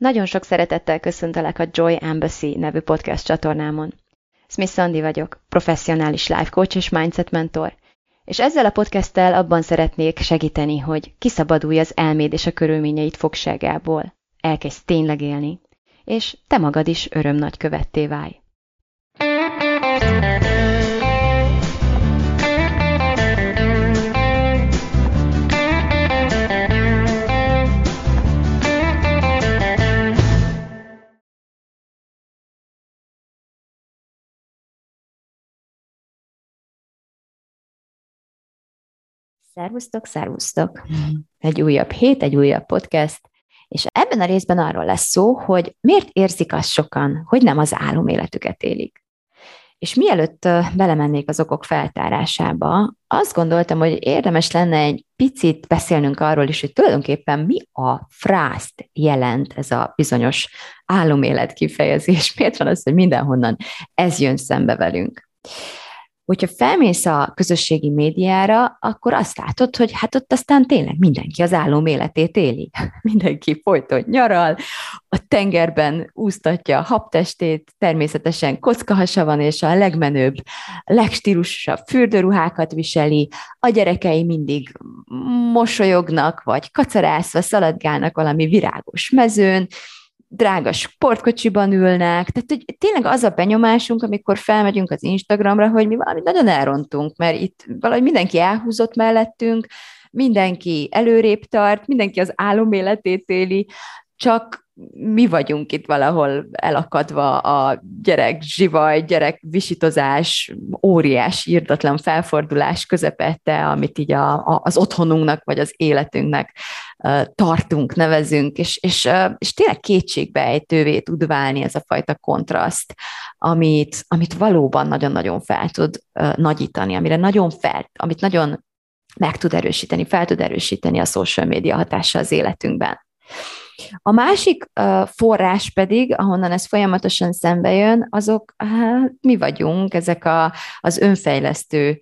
Nagyon sok szeretettel köszöntelek a Joy Embassy nevű podcast csatornámon. Smith Andi vagyok, professzionális life coach és mindset mentor, és ezzel a podcasttel abban szeretnék segíteni, hogy kiszabadulj az elméd és a körülményeid fogságából, elkezdj tényleg élni, és te magad is örömnagykövetté válj. Szervusztok! Egy újabb hét, egy újabb podcast, és ebben a részben arról lesz szó, hogy miért érzik azt sokan, hogy nem az áloméletüket élik. És mielőtt belemennék az okok feltárásába, azt gondoltam, hogy érdemes lenne egy picit beszélnünk arról is, hogy tulajdonképpen mi a frászt jelent ez a bizonyos álomélet kifejezés. Miért van az, hogy mindenhonnan ez jön szembe velünk? Hogyha felmész a közösségi médiára, akkor azt látod, hogy hát ott aztán tényleg mindenki az álom életét éli. Mindenki folyton nyaral, a tengerben úsztatja a habtestét, természetesen kockahasa van, és a legmenőbb, legstílusosabb fürdőruhákat viseli, a gyerekei mindig mosolyognak, vagy kacarászva szaladgálnak valami virágos mezőn, drága sportkocsiban ülnek, tehát hogy tényleg az a benyomásunk, amikor felmegyünk az Instagramra, hogy mi valamit nagyon elrontunk, mert itt valahogy mindenki elhúzott mellettünk, mindenki előrébb tart, mindenki az áloméletét éli, csak mi vagyunk itt valahol elakadva a gyerek zsivaj, gyerek visítozás, óriás, irdatlan felfordulás közepette, amit így az otthonunknak vagy az életünknek tartunk, nevezünk, és tényleg kétségbeejtővé tud válni ez a fajta kontraszt, amit valóban nagyon-nagyon fel tud nagyítani, amit nagyon meg tud erősíteni, fel tud erősíteni a social media hatása az életünkben. A másik forrás pedig, ahonnan ez folyamatosan szembe jön, azok mi vagyunk, ezek az önfejlesztő,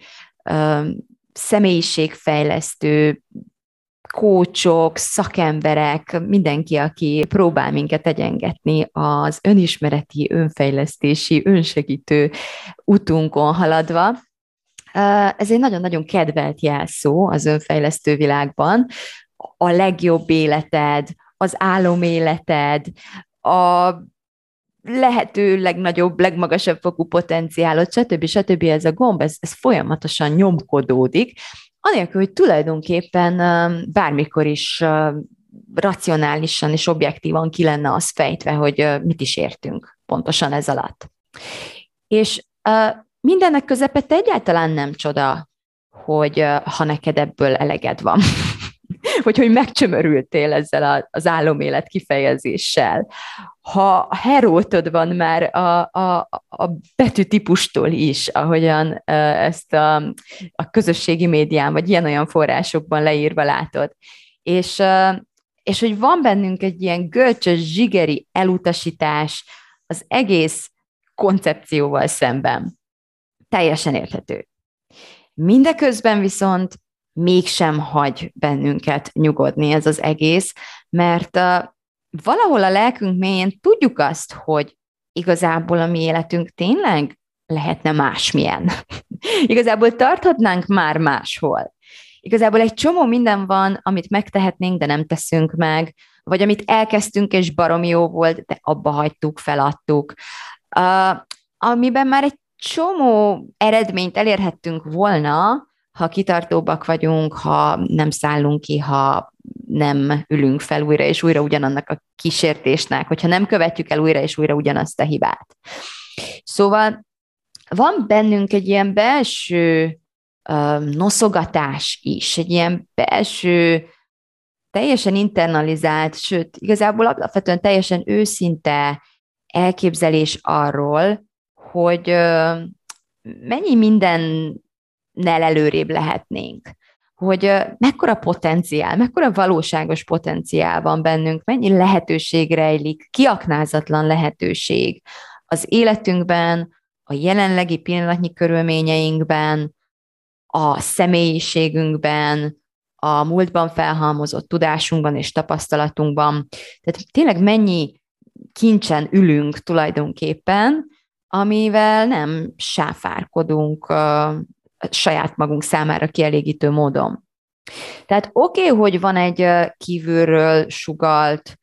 személyiségfejlesztő kócsok, szakemberek, mindenki, aki próbál minket egyengetni az önismereti, önfejlesztési, önsegítő utunkon haladva. Ez egy nagyon-nagyon kedvelt jelszó az önfejlesztő világban. A legjobb életed, az áloméleted, a lehető legnagyobb, legmagasabb fokú potenciálod, stb. Ez a gomb, ez folyamatosan nyomkodódik, anélkül, hogy tulajdonképpen bármikor is racionálisan és objektívan ki lenne az fejtve, hogy mit is értünk pontosan ez alatt. És mindennek közepette egyáltalán nem csoda, hogy ha neked ebből eleged van. hogy megcsömörültél ezzel az álomélet kifejezéssel. Ha herótod van már a betűtípustól is, ahogyan ezt a közösségi médián, vagy ilyen-olyan forrásokban leírva látod, és hogy van bennünk egy ilyen görcsös, zsigeri elutasítás az egész koncepcióval szemben. Teljesen érthető. Mindeközben viszont mégsem hagy bennünket nyugodni ez az egész, mert valahol a lelkünk mélyén tudjuk azt, hogy igazából a mi életünk tényleg lehetne másmilyen. Igazából tarthatnánk már máshol. Igazából egy csomó minden van, amit megtehetnénk, de nem teszünk meg, vagy amit elkezdtünk, és baromi jó volt, de abba hagytuk, feladtuk. Amiben már egy csomó eredményt elérhettünk volna, ha kitartóbbak vagyunk, ha nem szállunk ki, ha nem ülünk fel újra és újra ugyanannak a kísértésnek, hogyha nem követjük el újra és újra ugyanazt a hibát. Szóval van bennünk egy ilyen belső noszogatás is, egy ilyen belső, teljesen internalizált, sőt, igazából alapvetően teljesen őszinte elképzelés arról, hogy mennyi mindennel előrébb lehetnénk, hogy mekkora potenciál, mekkora valóságos potenciál van bennünk, mennyi lehetőség rejlik, kiaknázatlan lehetőség az életünkben, a jelenlegi pillanatnyi körülményeinkben, a személyiségünkben, a múltban felhalmozott tudásunkban és tapasztalatunkban. Tehát tényleg mennyi kincsen ülünk tulajdonképpen, amivel nem sáfárkodunk saját magunk számára kielégítő módon. Tehát oké, hogy van egy kívülről sugalt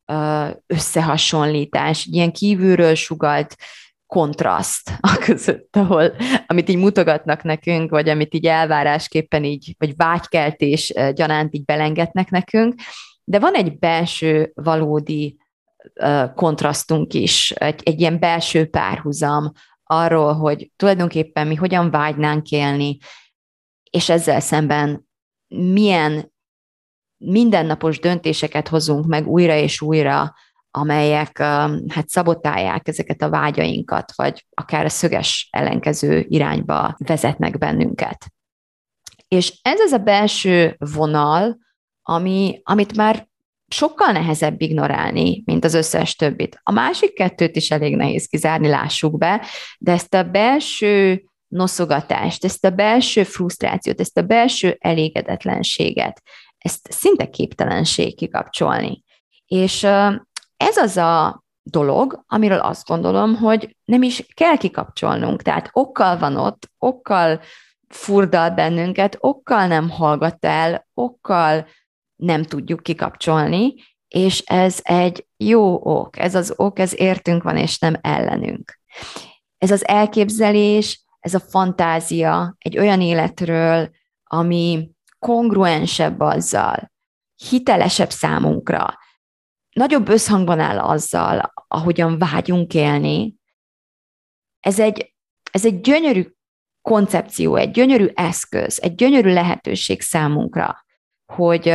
összehasonlítás, ilyen kívülről sugalt kontraszt a között, amit így mutogatnak nekünk, vagy amit így elvárásképpen így, vagy vágykeltés gyanánt így belengetnek nekünk, de van egy belső valódi kontrasztunk is, egy ilyen belső párhuzam arról, hogy tulajdonképpen mi hogyan vágynánk élni, és ezzel szemben milyen mindennapos döntéseket hozunk meg újra és újra, amelyek hát szabotálják ezeket a vágyainkat, vagy akár a szöges ellenkező irányba vezetnek bennünket. És ez az a belső vonal, amit már sokkal nehezebb ignorálni, mint az összes többit. A másik kettőt is elég nehéz kizárni, lássuk be, de ezt a belső noszogatást, ezt a belső frusztrációt, ezt a belső elégedetlenséget, ezt szinte képtelenség kikapcsolni. És ez az a dolog, amiről azt gondolom, hogy nem is kell kikapcsolnunk. Tehát okkal van ott, okkal furdal bennünket, okkal nem hallgat el, okkal nem tudjuk kikapcsolni, és ez egy jó ok. Ez az ok, ez értünk van, és nem ellenünk. Ez az elképzelés, ez a fantázia egy olyan életről, ami kongruensebb azzal, hitelesebb számunkra, nagyobb összhangban áll azzal, ahogyan vágyunk élni. Ez egy gyönyörű koncepció, egy gyönyörű eszköz, egy gyönyörű lehetőség számunkra, hogy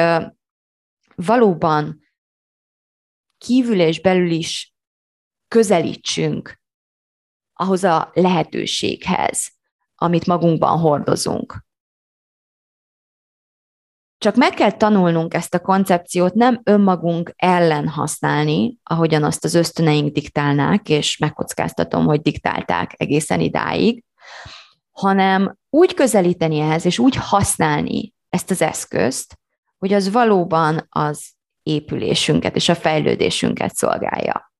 valóban kívül és belül is közelítsünk ahhoz a lehetőséghez, amit magunkban hordozunk. Csak meg kell tanulnunk ezt a koncepciót nem önmagunk ellen használni, ahogyan azt az ösztöneink diktálnák, és megkockáztatom, hogy diktálták egészen idáig, hanem úgy közelíteni ehhez, és úgy használni ezt az eszközt, hogy az valóban az épülésünket és a fejlődésünket szolgálja.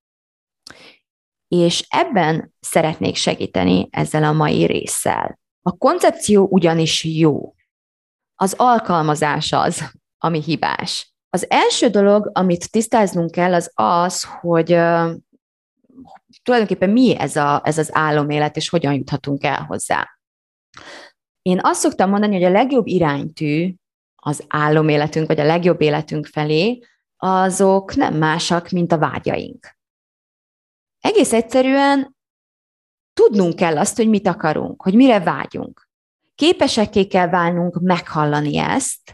És ebben szeretnék segíteni ezzel a mai résszel. A koncepció ugyanis jó. Az alkalmazás az, ami hibás. Az első dolog, amit tisztáznunk kell, az az, hogy tulajdonképpen mi ez az álomélet, és hogyan juthatunk el hozzá. Én azt szoktam mondani, hogy a legjobb iránytű az áloméletünk, vagy a legjobb életünk felé, azok nem másak, mint a vágyaink. Egész egyszerűen tudnunk kell azt, hogy mit akarunk, hogy mire vágyunk. Képesekké kell válnunk meghallani ezt,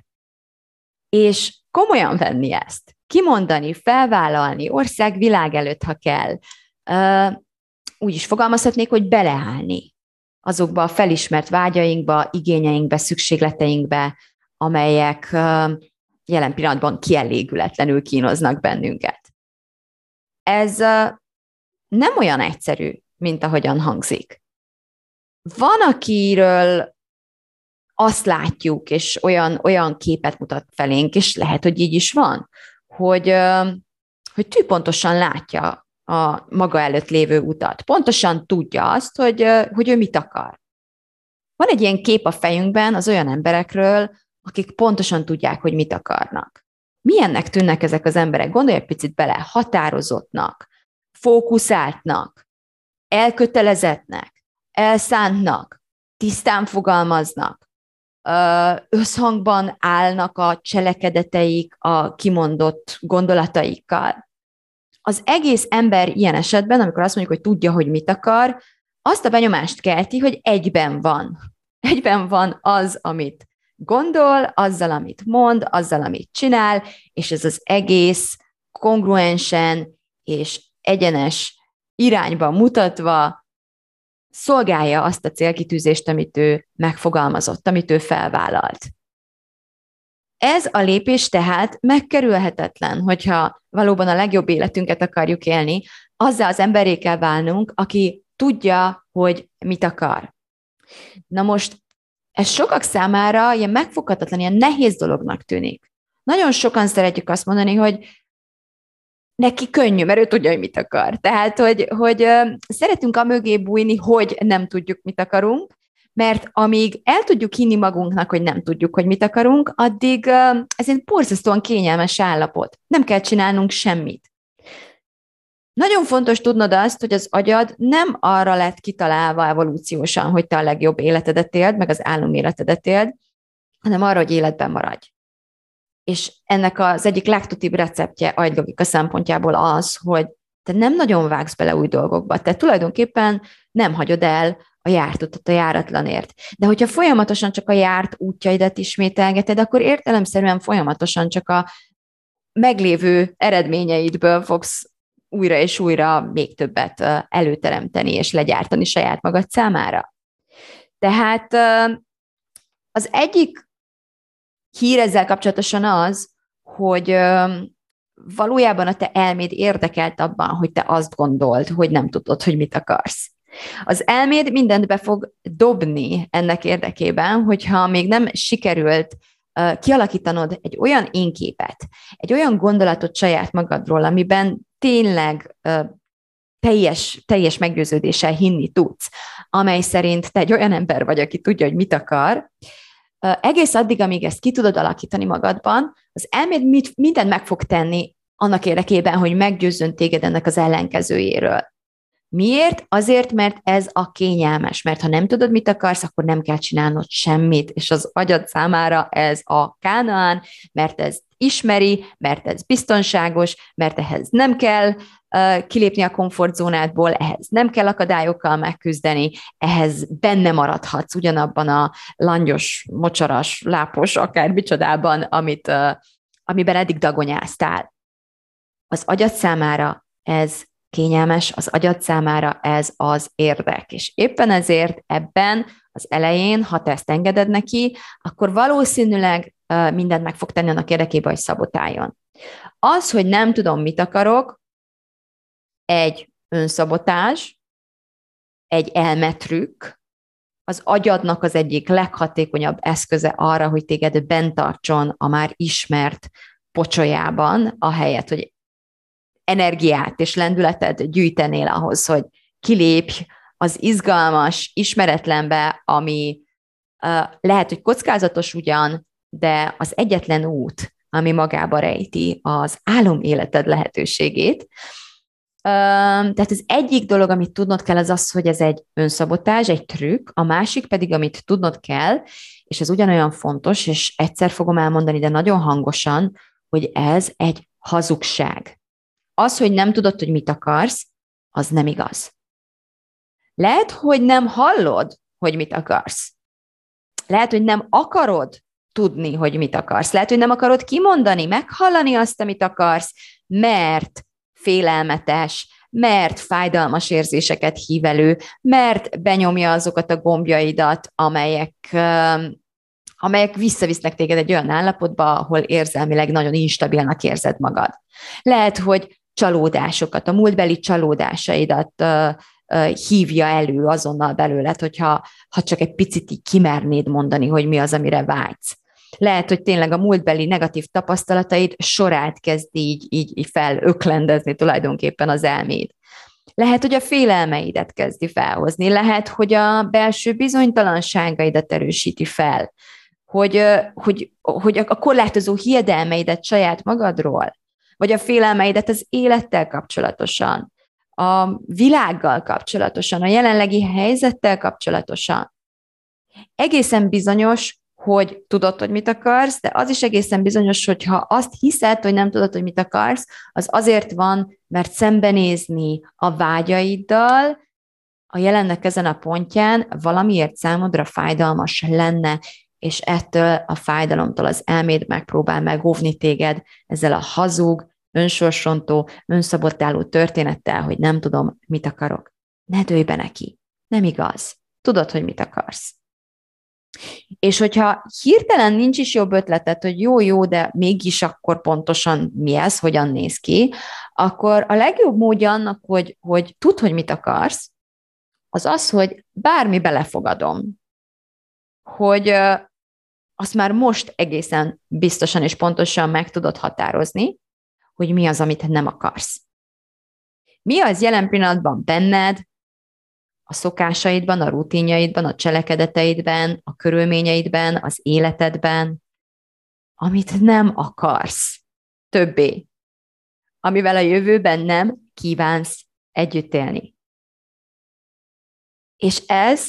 és komolyan venni ezt. Kimondani, felvállalni, ország, világ előtt, ha kell. Úgy is fogalmazhatnék, hogy beleállni azokba a felismert vágyainkba, igényeinkbe, szükségleteinkbe, amelyek jelen pillanatban kielégületlenül kínoznak bennünket. Ez nem olyan egyszerű, mint ahogyan hangzik. Van, akiről azt látjuk, és olyan képet mutat felénk, és lehet, hogy így is van, hogy tűpontosan látja a maga előtt lévő utat. Pontosan tudja azt, hogy ő mit akar. Van egy ilyen kép a fejünkben az olyan emberekről, akik pontosan tudják, hogy mit akarnak. Milyennek tűnnek ezek az emberek? Gondolj egy picit bele, határozottnak, fókuszáltnak, elkötelezettnek, elszántnak, tisztán fogalmaznak, összhangban állnak a cselekedeteik a kimondott gondolataikkal. Az egész ember ilyen esetben, amikor azt mondjuk, hogy tudja, hogy mit akar, azt a benyomást kelti, hogy egyben van. Egyben van az, amit gondol, azzal, amit mond, azzal, amit csinál, és ez az egész kongruensen és egyenes irányba mutatva szolgálja azt a célkitűzést, amit ő megfogalmazott, amit ő felvállalt. Ez a lépés tehát megkerülhetetlen, hogyha valóban a legjobb életünket akarjuk élni, azzal az emberré kell válnunk, aki tudja, hogy mit akar. Na most Ez sokak számára ilyen megfoghatatlan, ilyen nehéz dolognak tűnik. Nagyon sokan szeretjük azt mondani, hogy neki könnyű, mert ő tudja, hogy mit akar. Tehát, hogy szeretünk a mögé bújni, hogy nem tudjuk, mit akarunk, mert amíg el tudjuk hinni magunknak, hogy nem tudjuk, hogy mit akarunk, addig ez egy borzasztóan kényelmes állapot. Nem kell csinálnunk semmit. Nagyon fontos tudnod azt, hogy az agyad nem arra lett kitalálva evolúciósan, hogy te a legjobb életedet éld, meg az áloméletedet éld, hanem arra, hogy életben maradj. És ennek az egyik legtutibb receptje agylogika szempontjából az, hogy te nem nagyon vágsz bele új dolgokba, te tulajdonképpen nem hagyod el a járt utat a járatlanért. De hogyha folyamatosan csak a járt útjaidat ismételgeted, akkor értelemszerűen folyamatosan csak a meglévő eredményeidből fogsz újra és újra még többet előteremteni és legyártani saját magad számára. Tehát az egyik hír ezzel kapcsolatosan az, hogy valójában a te elméd érdekelt abban, hogy te azt gondold, hogy nem tudod, hogy mit akarsz. Az elméd mindent be fog dobni ennek érdekében, hogyha még nem sikerült kialakítanod egy olyan énképet, egy olyan gondolatot saját magadról, amiben tényleg teljes meggyőződéssel hinni tudsz, amely szerint te egy olyan ember vagy, aki tudja, hogy mit akar, egész addig, amíg ezt ki tudod alakítani magadban, az elméd mindent meg fog tenni annak érdekében, hogy meggyőzzön téged ennek az ellenkezőjéről. Miért? Azért, mert ez a kényelmes, mert ha nem tudod, mit akarsz, akkor nem kell csinálnod semmit, és az agyad számára ez a Kánaán, mert ez ismeri, mert ez biztonságos, mert ehhez nem kell kilépni a komfortzónádból, ehhez nem kell akadályokkal megküzdeni, ehhez benne maradhatsz ugyanabban a langyos, mocsaras, lápos, akár micsodában, amiben eddig dagonyáztál. Az agyad számára ez kényelmes, az agyad számára ez az érdek. És éppen ezért ebben az elején, ha te ezt engeded neki, akkor valószínűleg mindent meg fog tenni annak érdekében, hogy szabotáljon. Az, hogy nem tudom, mit akarok, egy önszabotázs, egy elmetrükk, az agyadnak az egyik leghatékonyabb eszköze arra, hogy téged bent tartson a már ismert pocsolyában, ahelyett, hogy energiát és lendületet gyűjtenél ahhoz, hogy kilépj az izgalmas, ismeretlenbe, ami lehet, hogy kockázatos ugyan, de az egyetlen út, ami magába rejti az áloméleted lehetőségét. Tehát az egyik dolog, amit tudnod kell, az az, hogy ez egy önszabotázs, egy trükk, a másik pedig, amit tudnod kell, és ez ugyanolyan fontos, és egyszer fogom elmondani, de nagyon hangosan, hogy ez egy hazugság. Az, hogy nem tudod, hogy mit akarsz, az nem igaz. Lehet, hogy nem hallod, hogy mit akarsz. Lehet, hogy nem akarod tudni, hogy mit akarsz. Lehet, hogy nem akarod kimondani, meghallani azt, amit akarsz, mert félelmetes, mert fájdalmas érzéseket hív elő, mert benyomja azokat a gombjaidat, amelyek visszavisznek téged egy olyan állapotba, ahol érzelmileg nagyon instabilnak érzed magad. Lehet, hogy csalódásokat, a múltbeli csalódásaidat hívja elő azonnal belőled, hogyha csak egy picit így kimernéd mondani, hogy mi az, amire vágysz. Lehet, hogy tényleg a múltbeli negatív tapasztalataid sorát kezd így felöklendezni tulajdonképpen az elméd. Lehet, hogy a félelmeidet kezdi felhozni, lehet, hogy a belső bizonytalanságaidat erősíti fel, hogy a korlátozó hiedelmeidet saját magadról, vagy a félelmeidet az élettel kapcsolatosan, a világgal kapcsolatosan, a jelenlegi helyzettel kapcsolatosan. Egészen bizonyos, hogy tudod, hogy mit akarsz, de az is egészen bizonyos, hogy ha azt hiszed, hogy nem tudod, hogy mit akarsz, az azért van, mert szembenézni a vágyaiddal a jelennek ezen a pontján valamiért számodra fájdalmas lenne, és ettől a fájdalomtól az elméd megpróbál megóvni téged ezzel a hazug, önsorsontó, önszabotáló történettel, hogy nem tudom, mit akarok. Ne dőlj be neki. Nem igaz. Tudod, hogy mit akarsz. És hogyha hirtelen nincs is jobb ötleted, hogy jó, de mégis akkor pontosan mi ez, hogyan néz ki, akkor a legjobb módja annak, hogy tudd, hogy mit akarsz, az az, hogy bármi belefogadom. hogy azt már most egészen biztosan és pontosan meg tudod határozni, hogy mi az, amit nem akarsz. Mi az jelen pillanatban benned, a szokásaidban, a rutinjaidban, a cselekedeteidben, a körülményeidben, az életedben, amit nem akarsz többé, amivel a jövőben nem kívánsz együtt élni. És ez,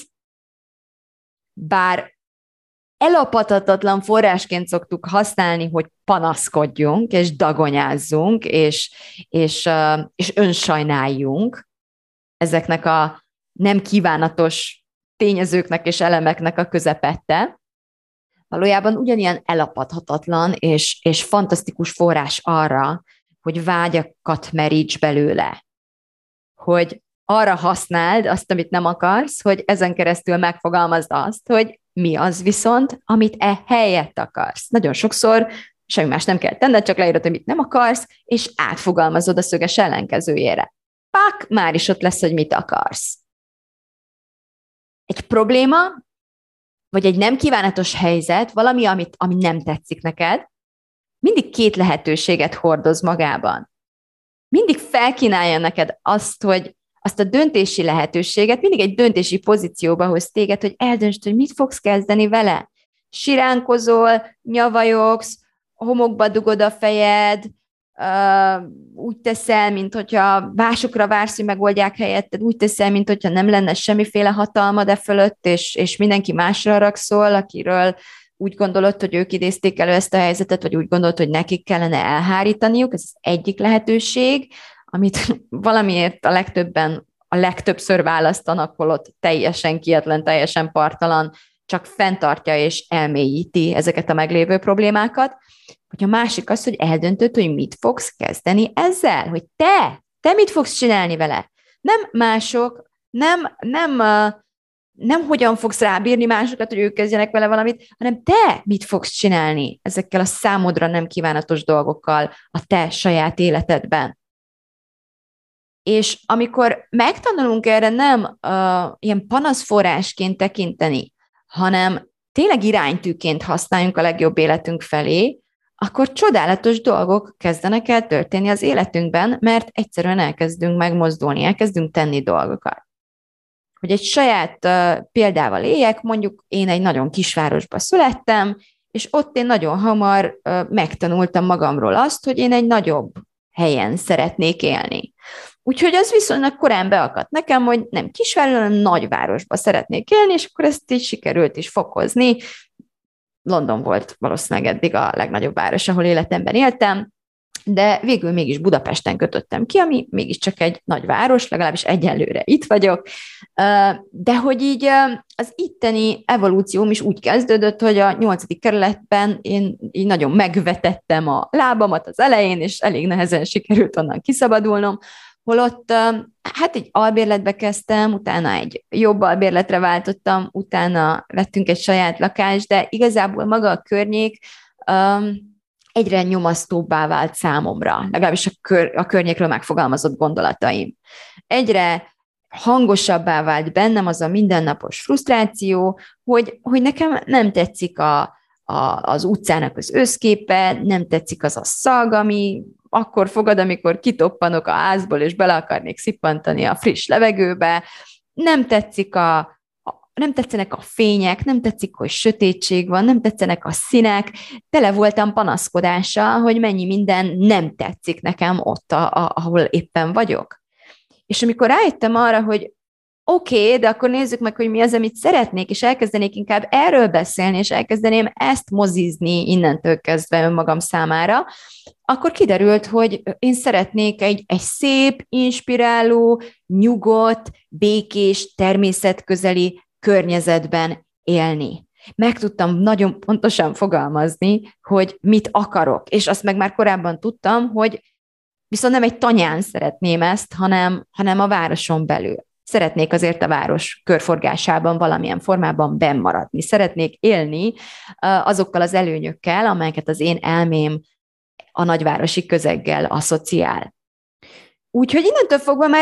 bár elapathatatlan forrásként szoktuk használni, hogy panaszkodjunk, és dagonyázzunk, és önsajnáljunk ezeknek a nem kívánatos tényezőknek és elemeknek a közepette, valójában ugyanilyen elapadhatatlan és fantasztikus forrás arra, hogy vágyakat meríts belőle, hogy arra használd azt, amit nem akarsz, hogy ezen keresztül megfogalmazd azt, hogy mi az viszont, amit helyett akarsz. Nagyon sokszor semmi más nem kell tenned, csak leírod, hogy mit nem akarsz, és átfogalmazod a szöges ellenkezőjére. Pak, már is ott lesz, hogy mit akarsz. Egy probléma, vagy egy nem kívánatos helyzet, valami, ami nem tetszik neked, mindig két lehetőséget hordoz magában. Mindig felkínálja neked azt a döntési lehetőséget, mindig egy döntési pozícióba hoz téged, hogy eldöntsd, hogy mit fogsz kezdeni vele. Siránkozol, nyavajogsz, homokba dugod a fejed, úgy teszel, mint hogyha másokra vársz, hogy megoldják helyetted, úgy teszel, mint hogyha nem lenne semmiféle hatalmad fölött, és mindenki másra rakszol, akiről úgy gondolod, hogy ők idézték elő ezt a helyzetet, vagy úgy gondolod, hogy nekik kellene elhárítaniuk. Ez az egyik lehetőség, amit valamiért a legtöbben a legtöbbször választanak, holott teljesen kietlen, teljesen parttalan, csak fenntartja és elmélyíti ezeket a meglévő problémákat. Hogy a másik az, hogy eldöntöd, hogy mit fogsz kezdeni ezzel, hogy te mit fogsz csinálni vele. Nem mások, nem hogyan fogsz rábírni másokat, hogy ők kezdjenek vele valamit, hanem te mit fogsz csinálni ezekkel a számodra nem kívánatos dolgokkal a te saját életedben. És amikor megtanulunk erre nem ilyen panaszforrásként tekinteni, hanem tényleg iránytűként használjunk a legjobb életünk felé, akkor csodálatos dolgok kezdenek el történni az életünkben, mert egyszerűen elkezdünk megmozdulni, elkezdünk tenni dolgokat. Hogy egy saját példával éljek, mondjuk én egy nagyon kisvárosba születtem, és ott én nagyon hamar megtanultam magamról azt, hogy én egy nagyobb helyen szeretnék élni. Úgyhogy az viszonylag korán beakadt nekem, hogy nem kisvárosban, hanem nagyvárosba szeretnék élni, és akkor ezt így sikerült is fokozni. London volt valószínűleg eddig a legnagyobb város, ahol életemben éltem, de végül mégis Budapesten kötöttem ki, ami mégiscsak egy nagy város, legalábbis egyelőre itt vagyok, de hogy így az itteni evolúcióm is úgy kezdődött, hogy a 8. kerületben én így nagyon megvetettem a lábamat az elején, és elég nehezen sikerült onnan kiszabadulnom, holott hát egy albérletbe kezdtem, utána egy jobb albérletre váltottam, utána vettünk egy saját lakást, de igazából maga a környék egyre nyomasztóbbá vált számomra, legalábbis a környékről megfogalmazott gondolataim. Egyre hangosabbá vált bennem az a mindennapos frusztráció, hogy nekem nem tetszik az utcának az összképe, nem tetszik az a szag, ami akkor fogad, amikor kitoppanok a házból, és bele akarnék szippantani a friss levegőbe, nem tetszenek a fények, nem tetszik, hogy sötétség van, nem tetszenek a színek, tele voltam panaszkodással, hogy mennyi minden nem tetszik nekem ott, ahol éppen vagyok. És amikor rájöttem arra, hogy oké, de akkor nézzük meg, hogy mi az, amit szeretnék, és elkezdenék inkább erről beszélni, és elkezdeném ezt mozizni innentől kezdve önmagam számára, akkor kiderült, hogy én szeretnék egy szép, inspiráló, nyugodt, békés, természetközeli környezetben élni. Meg tudtam nagyon pontosan fogalmazni, hogy mit akarok, és azt meg már korábban tudtam, hogy viszont nem egy tanyán szeretném ezt, hanem a városon belül. Szeretnék azért a város körforgásában valamilyen formában benn maradni. Szeretnék élni azokkal az előnyökkel, amelyeket az én elmém a nagyvárosi közeggel asszociál. Úgyhogy innentől fogva már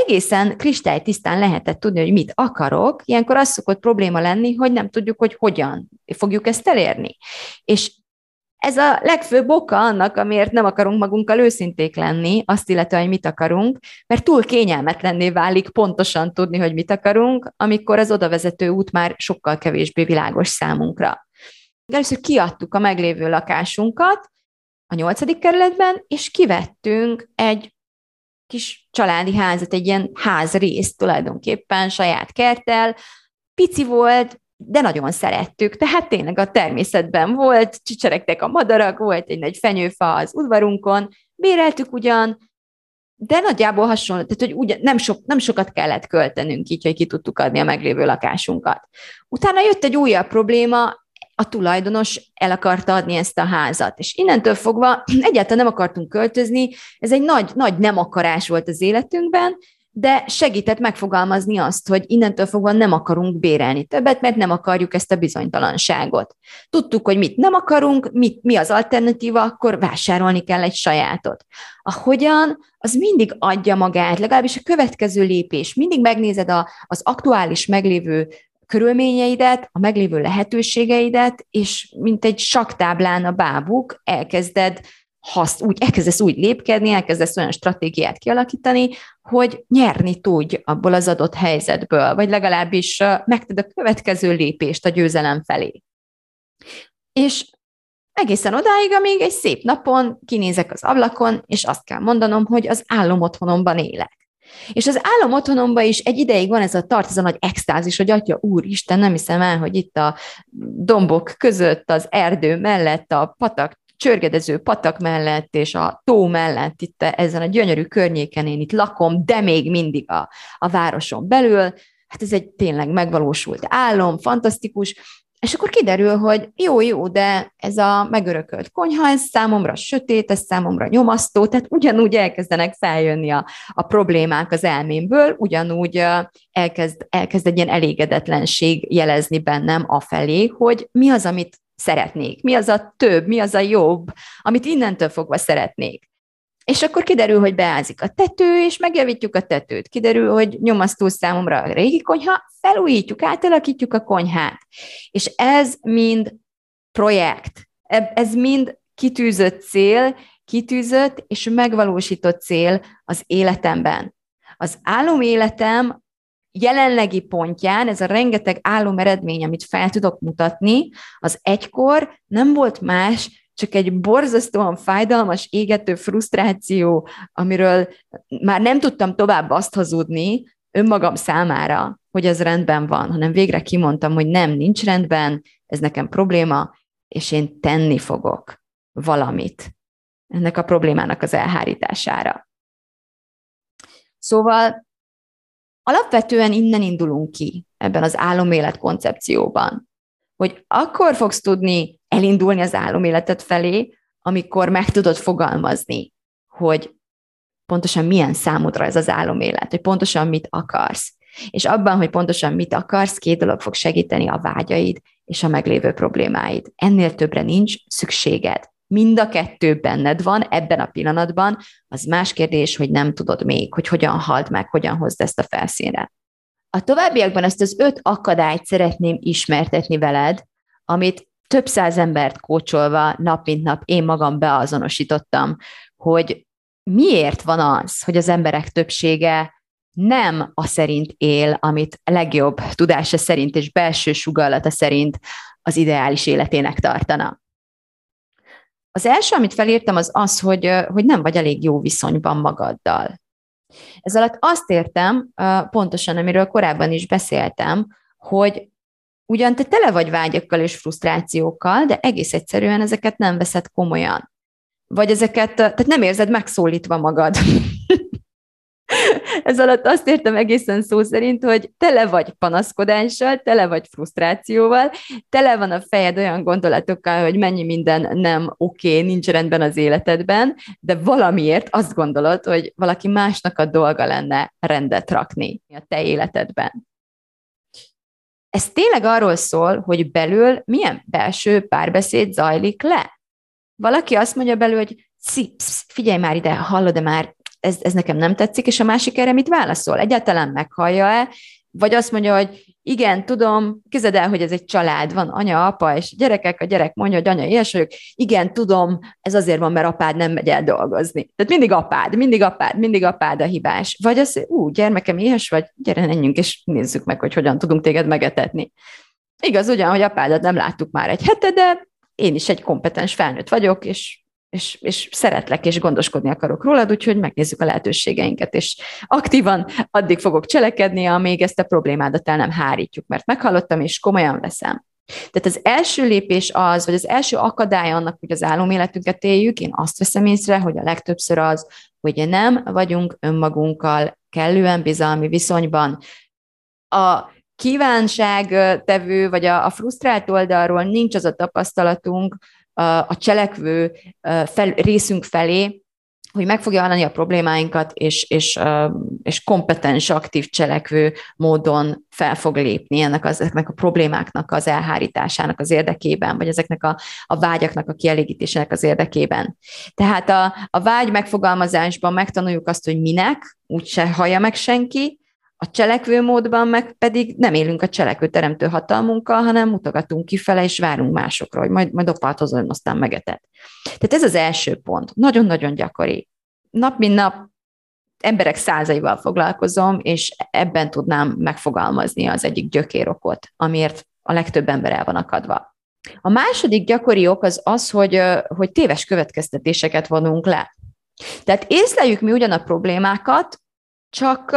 egészen kristálytisztán lehetett tudni, hogy mit akarok, ilyenkor az szokott probléma lenni, hogy nem tudjuk, hogy hogyan fogjuk ezt elérni. És ez a legfőbb oka annak, amiért nem akarunk magunkkal őszinték lenni, azt illetően, hogy mit akarunk, mert túl kényelmetlenné válik pontosan tudni, hogy mit akarunk, amikor az odavezető út már sokkal kevésbé világos számunkra. Először kiadtuk a meglévő lakásunkat a 8. kerületben, és kivettünk egy kis családi házat, egy ilyen házrészt tulajdonképpen, saját kerttel. Pici volt, de nagyon szerettük, tehát tényleg a természetben volt, csicseregtek a madarak, volt egy nagy fenyőfa az udvarunkon, béreltük ugyan, de nagyjából hasonló, tehát hogy nem sokat kellett költenünk így, hogy ki tudtuk adni a meglévő lakásunkat. Utána jött egy újabb probléma, a tulajdonos el akarta adni ezt a házat, és innentől fogva egyáltalán nem akartunk költözni, ez egy nagy nem akarás volt az életünkben, de segített megfogalmazni azt, hogy innentől fogva nem akarunk bérelni többet, mert nem akarjuk ezt a bizonytalanságot. Tudtuk, hogy mit nem akarunk, mi az alternatíva, akkor vásárolni kell egy sajátot. A hogyan, az mindig adja magát, legalábbis a következő lépés. Mindig megnézed az aktuális meglévő körülményeidet, a meglévő lehetőségeidet, és mint egy sakktáblán a bábuk, elkezdesz úgy lépkedni, elkezdesz olyan stratégiát kialakítani, hogy nyerni tudj abból az adott helyzetből, vagy legalábbis megted a következő lépést a győzelem felé. És egészen odáig, amíg egy szép napon kinézek az ablakon, és azt kell mondanom, hogy az álomotthonomban élek. És az álomotthonomban is egy ideig van tart ez a nagy extázis, hogy Atya Úristen, nem hiszem el, hogy itt a dombok között, az erdő mellett, a csörgedező patak mellett és a tó mellett itt ezen a gyönyörű környéken én itt lakom, de még mindig a városon belül. Hát ez egy tényleg megvalósult álom, fantasztikus. És akkor kiderül, hogy jó, de ez a megörökölt konyha, ez számomra sötét, ez számomra nyomasztó, tehát ugyanúgy elkezdenek feljönni a problémák az elmémből, ugyanúgy elkezd egy ilyen elégedetlenség jelezni bennem afelé, hogy mi az, amit szeretnék, mi az a több, mi az a jobb, amit innentől fogva szeretnék. És akkor kiderül, hogy beázik a tető, és megjavítjuk a tetőt. Kiderül, hogy nyomasztó számomra a régi konyha, felújítjuk, átalakítjuk a konyhát. És ez mind projekt. Ez mind kitűzött és megvalósított cél az életemben. Az áloméletem jelenlegi pontján, ez a rengeteg álomeredmény, amit fel tudok mutatni, az egykor nem volt más, csak egy borzasztóan fájdalmas, égető frusztráció, amiről már nem tudtam tovább azt hazudni önmagam számára, hogy ez rendben van, hanem végre kimondtam, hogy nem, nincs rendben, ez nekem probléma, és én tenni fogok valamit ennek a problémának az elhárítására. Szóval alapvetően innen indulunk ki ebben az álomélet koncepcióban, hogy akkor fogsz tudni elindulni az áloméleted felé, amikor meg tudod fogalmazni, hogy pontosan milyen számodra ez az álomélet, hogy pontosan mit akarsz. És abban, hogy pontosan mit akarsz, 2 dolog fog segíteni: a vágyaid és a meglévő problémáid. Ennél többre nincs szükséged. Mind a 2 benned van ebben a pillanatban, az más kérdés, hogy nem tudod még, hogy hogyan halld meg, hogyan hozd ezt a felszínre. A továbbiakban ezt az 5 akadályt szeretném ismertetni veled, amit több száz embert kócsolva nap mint nap én magam beazonosítottam, hogy miért van az, hogy az emberek többsége nem a szerint él, amit legjobb tudása szerint és belső sugallata szerint az ideális életének tartana. Az első, amit felírtam, az, hogy nem vagy elég jó viszonyban magaddal. Ez alatt azt értem, pontosan, amiről korábban is beszéltem, hogy ugyan te tele vagy vágyakkal és frusztrációkkal, de egész egyszerűen ezeket nem veszed komolyan. Vagy tehát nem érzed megszólítva magad. Ez alatt azt értem egészen szó szerint, hogy tele vagy panaszkodással, tele vagy frusztrációval, tele van a fejed olyan gondolatokkal, hogy mennyi minden nem oké, nincs rendben az életedben, de valamiért azt gondolod, hogy valaki másnak a dolga lenne rendet rakni a te életedben. Ez tényleg arról szól, hogy belül milyen belső párbeszéd zajlik le. Valaki azt mondja belül, hogy figyelj már ide, hallod-e már, ez nekem nem tetszik, és a másik erre mit válaszol? Egyáltalán meghallja-e? Vagy azt mondja, hogy igen, tudom, képzeld el, hogy ez egy család, van anya, apa, és gyerekek, a gyerek mondja, hogy anya, ilyes vagyok, igen, tudom, ez azért van, mert apád nem megy el dolgozni. Tehát mindig apád a hibás. Vagy az, gyermekem, éhes vagy, gyere, menjünk, és nézzük meg, hogy hogyan tudunk téged megetetni. Igaz ugyan, hogy apádat nem láttuk már egy hete, de én is egy kompetens felnőtt vagyok, és szeretlek, és gondoskodni akarok rólad, úgyhogy megnézzük a lehetőségeinket, és aktívan addig fogok cselekedni, amíg ezt a problémádat el nem hárítjuk, mert meghallottam, és komolyan veszem. Tehát az első lépés az, vagy az első akadály annak, hogy az áloméletünket éljük, én azt veszem észre, hogy a legtöbbször az, hogy nem vagyunk önmagunkkal kellően bizalmi viszonyban. A kívánságtevő, vagy a frusztrált oldalról nincs az a tapasztalatunk a cselekvő részünk felé, hogy meg fogja hallani a problémáinkat, és kompetens, aktív cselekvő módon fel fog lépni ezeknek a problémáknak az elhárításának az érdekében, vagy ezeknek a vágyaknak a kielégítésének az érdekében. Tehát a vágy megfogalmazásban megtanuljuk azt, hogy minek, úgyse hallja meg senki, a cselekvő módban meg pedig nem élünk a cselekvő teremtő hatalmunkkal, hanem mutogatunk kifele, és várunk másokra, hogy majd opáltozom, aztán megetet. Tehát ez az első pont. Nagyon-nagyon gyakori. Nap mint nap emberek százaival foglalkozom, és ebben tudnám megfogalmazni az egyik gyökérokot, amiért a legtöbb ember el van akadva. A második gyakori ok az, hogy téves következtetéseket vonunk le. Tehát észleljük mi ugyan a problémákat, csak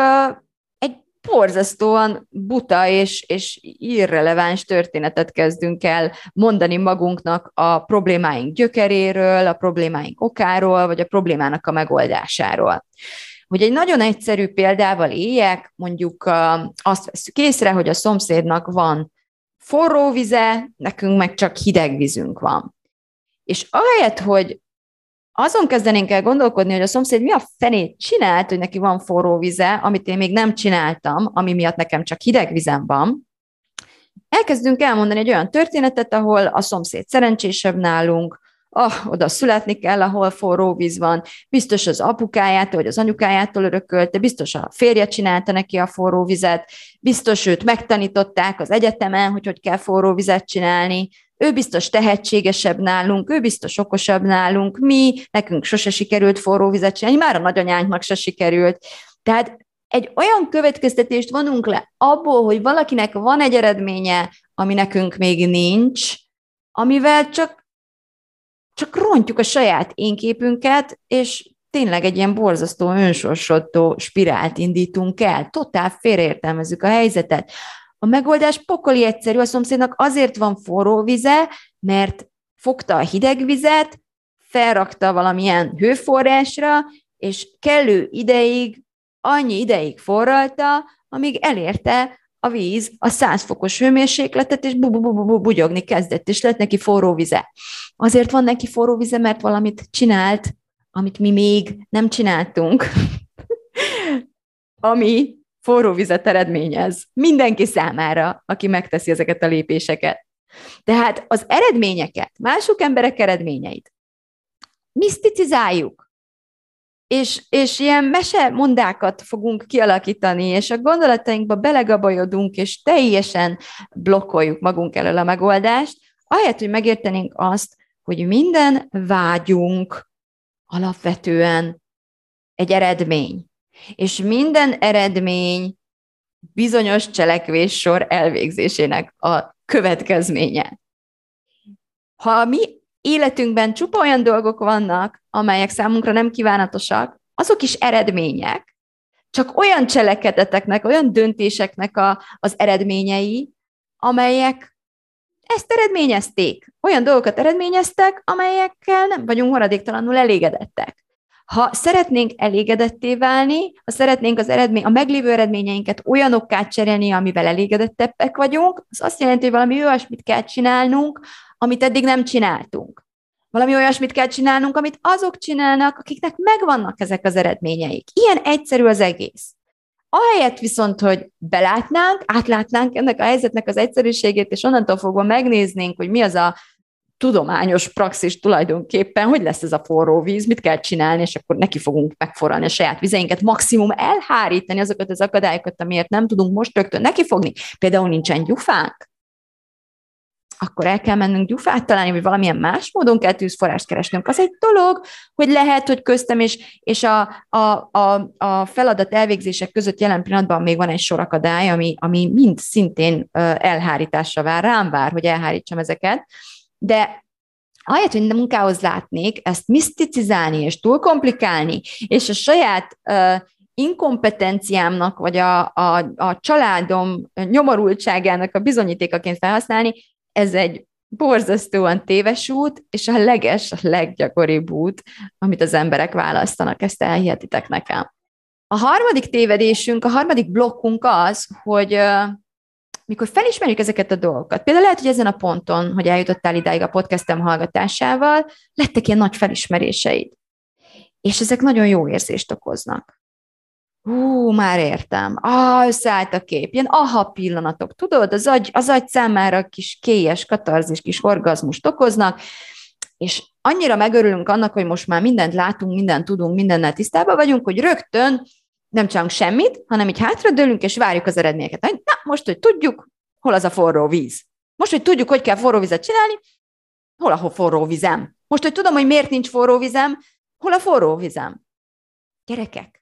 borzasztóan buta és irreleváns történetet kezdünk el mondani magunknak a problémáink gyökeréről, a problémáink okáról, vagy a problémának a megoldásáról. Hogy egy nagyon egyszerű példával éljek, mondjuk azt veszük észre, hogy a szomszédnak van forró vize, nekünk meg csak hideg vízünk van. És ahelyett, hogy azon kezdenénk el gondolkodni, hogy a szomszéd mi a fenét csinált, hogy neki van forró vize, amit én még nem csináltam, ami miatt nekem csak hideg vizem van, elkezdünk elmondani egy olyan történetet, ahol a szomszéd szerencsésebb nálunk, oda születni kell, ahol forró víz van, biztos az apukájától, vagy az anyukájától örökölte, biztos a férje csinálta neki a forró vizet, biztos őt megtanították az egyetemen, hogy kell forró vizet csinálni, ő biztos tehetségesebb nálunk, ő biztos okosabb nálunk, nekünk sose sikerült forró vizet csinálni, már a nagyanyánknak se sikerült. Tehát egy olyan következtetést vonunk le abból, hogy valakinek van egy eredménye, ami nekünk még nincs, amivel csak rontjuk a saját énképünket, és tényleg egy ilyen borzasztó önsorsodó spirált indítunk el, totál félreértelmezzük a helyzetet. A megoldás pokoli egyszerű, a szomszédnak azért van forró vize, mert fogta a hideg vizet, felrakta valamilyen hőforrásra, és kellő ideig, annyi ideig forralta, amíg elérte a víz a 100 fokos hőmérsékletet, és bugyogni kezdett, és lett neki forró vize. Azért van neki forró vize, mert valamit csinált, amit mi még nem csináltunk, ami forró vizet eredményez mindenki számára, aki megteszi ezeket a lépéseket. Tehát az eredményeket, mások emberek eredményeit miszticizáljuk, és ilyen mesemondákat fogunk kialakítani, és a gondolatainkba belegabajodunk, és teljesen blokkoljuk magunk elől a megoldást, ahelyett, hogy megértenénk azt, hogy minden vágyunk alapvetően egy eredmény. És minden eredmény bizonyos cselekvéssor elvégzésének a következménye. Ha a mi életünkben csupa olyan dolgok vannak, amelyek számunkra nem kívánatosak, azok is eredmények, csak olyan cselekedeteknek, olyan döntéseknek az eredményei, amelyek ezt eredményezték. Olyan dolgokat eredményeztek, amelyekkel nem vagyunk maradéktalanul elégedettek. Ha szeretnénk elégedetté válni, ha szeretnénk a meglévő eredményeinket olyanokká cserélni, amivel elégedettebbek vagyunk, az azt jelenti, hogy valami olyasmit kell csinálnunk, amit eddig nem csináltunk. Valami olyasmit kell csinálnunk, amit azok csinálnak, akiknek megvannak ezek az eredményeik. Ilyen egyszerű az egész. Ahelyett viszont, hogy átlátnánk ennek a helyzetnek az egyszerűségét, és onnantól fogva megnéznénk, hogy mi az a tudományos praxis tulajdonképpen, hogy lesz ez a forró víz, mit kell csinálni, és akkor neki fogunk megforralni a saját vizeinket, maximum elhárítani azokat az akadályokat, amiért nem tudunk most rögtön nekifogni. Például nincsen gyufánk, akkor el kell mennünk gyufát találni, vagy valamilyen más módon kell tűzforrást keresnünk. Az egy dolog, hogy lehet, hogy köztem és a feladat elvégzések között jelen pillanatban még van egy sor akadály, ami mind szintén elhárításra vár, hogy elhárítsam ezeket, de ahelyett, hogy munkához látnék, ezt miszticizálni és túlkomplikálni, és a saját inkompetenciámnak, vagy a családom nyomorultságának a bizonyítékaként felhasználni, ez egy borzasztóan téves út, és a leggyakoribb út, amit az emberek választanak, ezt elhihetitek nekem. A harmadik tévedésünk, a harmadik blokkunk az, hogy mikor felismerjük ezeket a dolgokat, például lehet, hogy ezen a ponton, hogy eljutottál idáig a podcastem hallgatásával, lettek ilyen nagy felismeréseid. És ezek nagyon jó érzést okoznak. Már értem. Összeállt a kép. Ilyen aha pillanatok. Tudod, az agy számára kis kélyes, katarzis, kis orgazmust okoznak, és annyira megörülünk annak, hogy most már mindent látunk, mindent tudunk, mindennel tisztában vagyunk, hogy rögtön nem csak semmit, hanem így hátradőlünk, és várjuk az eredményeket. Na, most, hogy tudjuk, hol az a forró víz. Most, hogy tudjuk, hogy kell forró vizet csinálni, hol a forró vizem. Most, hogy tudom, hogy miért nincs forró vizem, hol a forró vizem. Gyerekek,